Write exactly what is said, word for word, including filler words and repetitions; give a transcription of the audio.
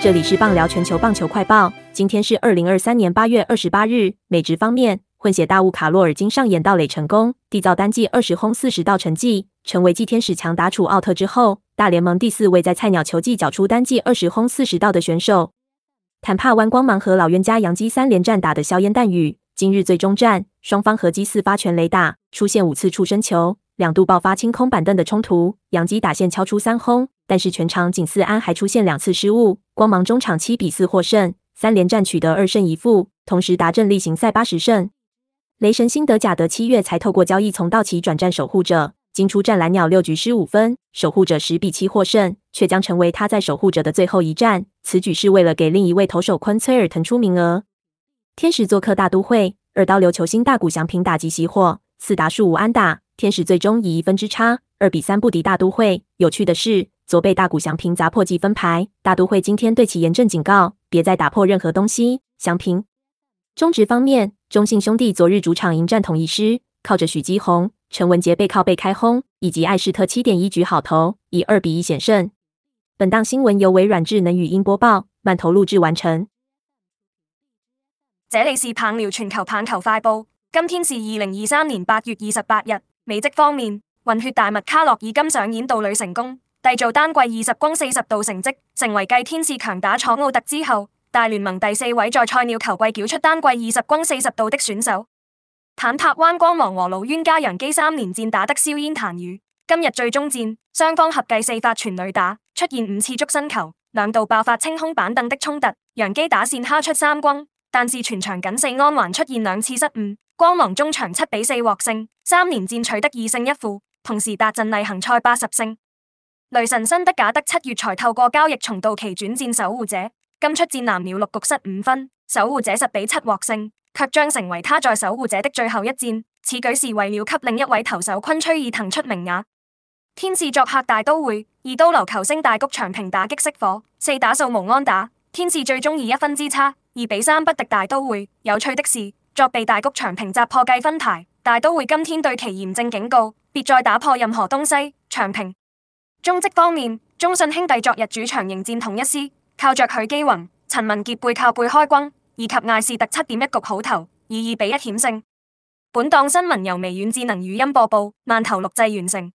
这里是棒聊全球棒球快报，今天是二零二三年八月二十八日。美职方面，混血大物卡洛尔今上演盗垒成功，缔造单季二十轰四十盗成绩，成为继天使强打楚奥特之后，大联盟第四位在菜鸟球季缴出单季二十轰四十盗的选手。坦帕湾光芒和老冤家洋基三连战打得硝烟弹雨，今日最终战，双方合计四发全垒打，出现五次触身球，两度爆发清空板凳的冲突，洋基打线敲出三轰，但是全场仅四安还出现两次失误，光芒中场七比四获胜，三连战取得二胜一负，同时达阵例行赛八十胜。雷神辛德贾德七月才透过交易从道奇转战守护者，今出战蓝鸟六局失五分，守护者十比七获胜，却将成为他在守护者的最后一战。此举是为了给另一位投手昆崔尔腾出名额。天使做客大都会，二刀流球星大谷翔平打击熄火，四打数五安打，天使最终以一分之差二比三不敌大都会。有趣的是，昨被大谷翔平砸破积分牌，大都会今天对其严正警告，别再打破任何东西。翔平。中职方面，中信兄弟昨日主场迎战统一狮，靠着许基宏、陈文杰背靠背开轰，以及艾士特 七点一 局好投，以二比一险胜。本档新闻由微软智能语音播报，慢投录制完成。 這裡是棒聊全球棒球快報，今天是二零二三年八月二十八日。美職方面，混血大物卡洛爾今上演盜壘成功，締造單季二十轟四十盜成績，成為繼天使強打楚奧特之後，大聯盟第四位在菜鳥球季繳出單季二十轟四十盜的選手。坦帕灣光芒和老冤家洋基三連戰打得硝煙彈雨，今日最終戰，雙方合計四發全壘打，出現五次觸身球，兩度爆發清空板凳的衝突，洋基打線敲出三轟，但是全場僅四安還出現兩次失誤，光芒中場七比四獲勝，三連戰取得二勝一負，同時達陣例行賽八十勝。雷神辛德賈德七月才透過交易從道奇轉戰守護者，今出戰藍鳥六局失五分，守護者十比七獲勝，卻將成為他在守護者的最後一戰。此舉是為了給另一位投手昆崔爾騰出名額。天使作客大都會，二刀流球星大谷翔平打擊熄火，四打數無安打，天使最終以一分之差二比三不敵大都會。有趣的是，作被大谷翔平砸破計分牌，大都會今天對其嚴正警告，別再打破任何東西。翔平。中職方面，中信兄弟昨日主場迎戰統一獅，靠着許基宏、陳文傑背靠背開轟，以及艾士特七點一局好投，以二比一險勝。本檔新聞由微軟智能語音播報，慢投錄製完成。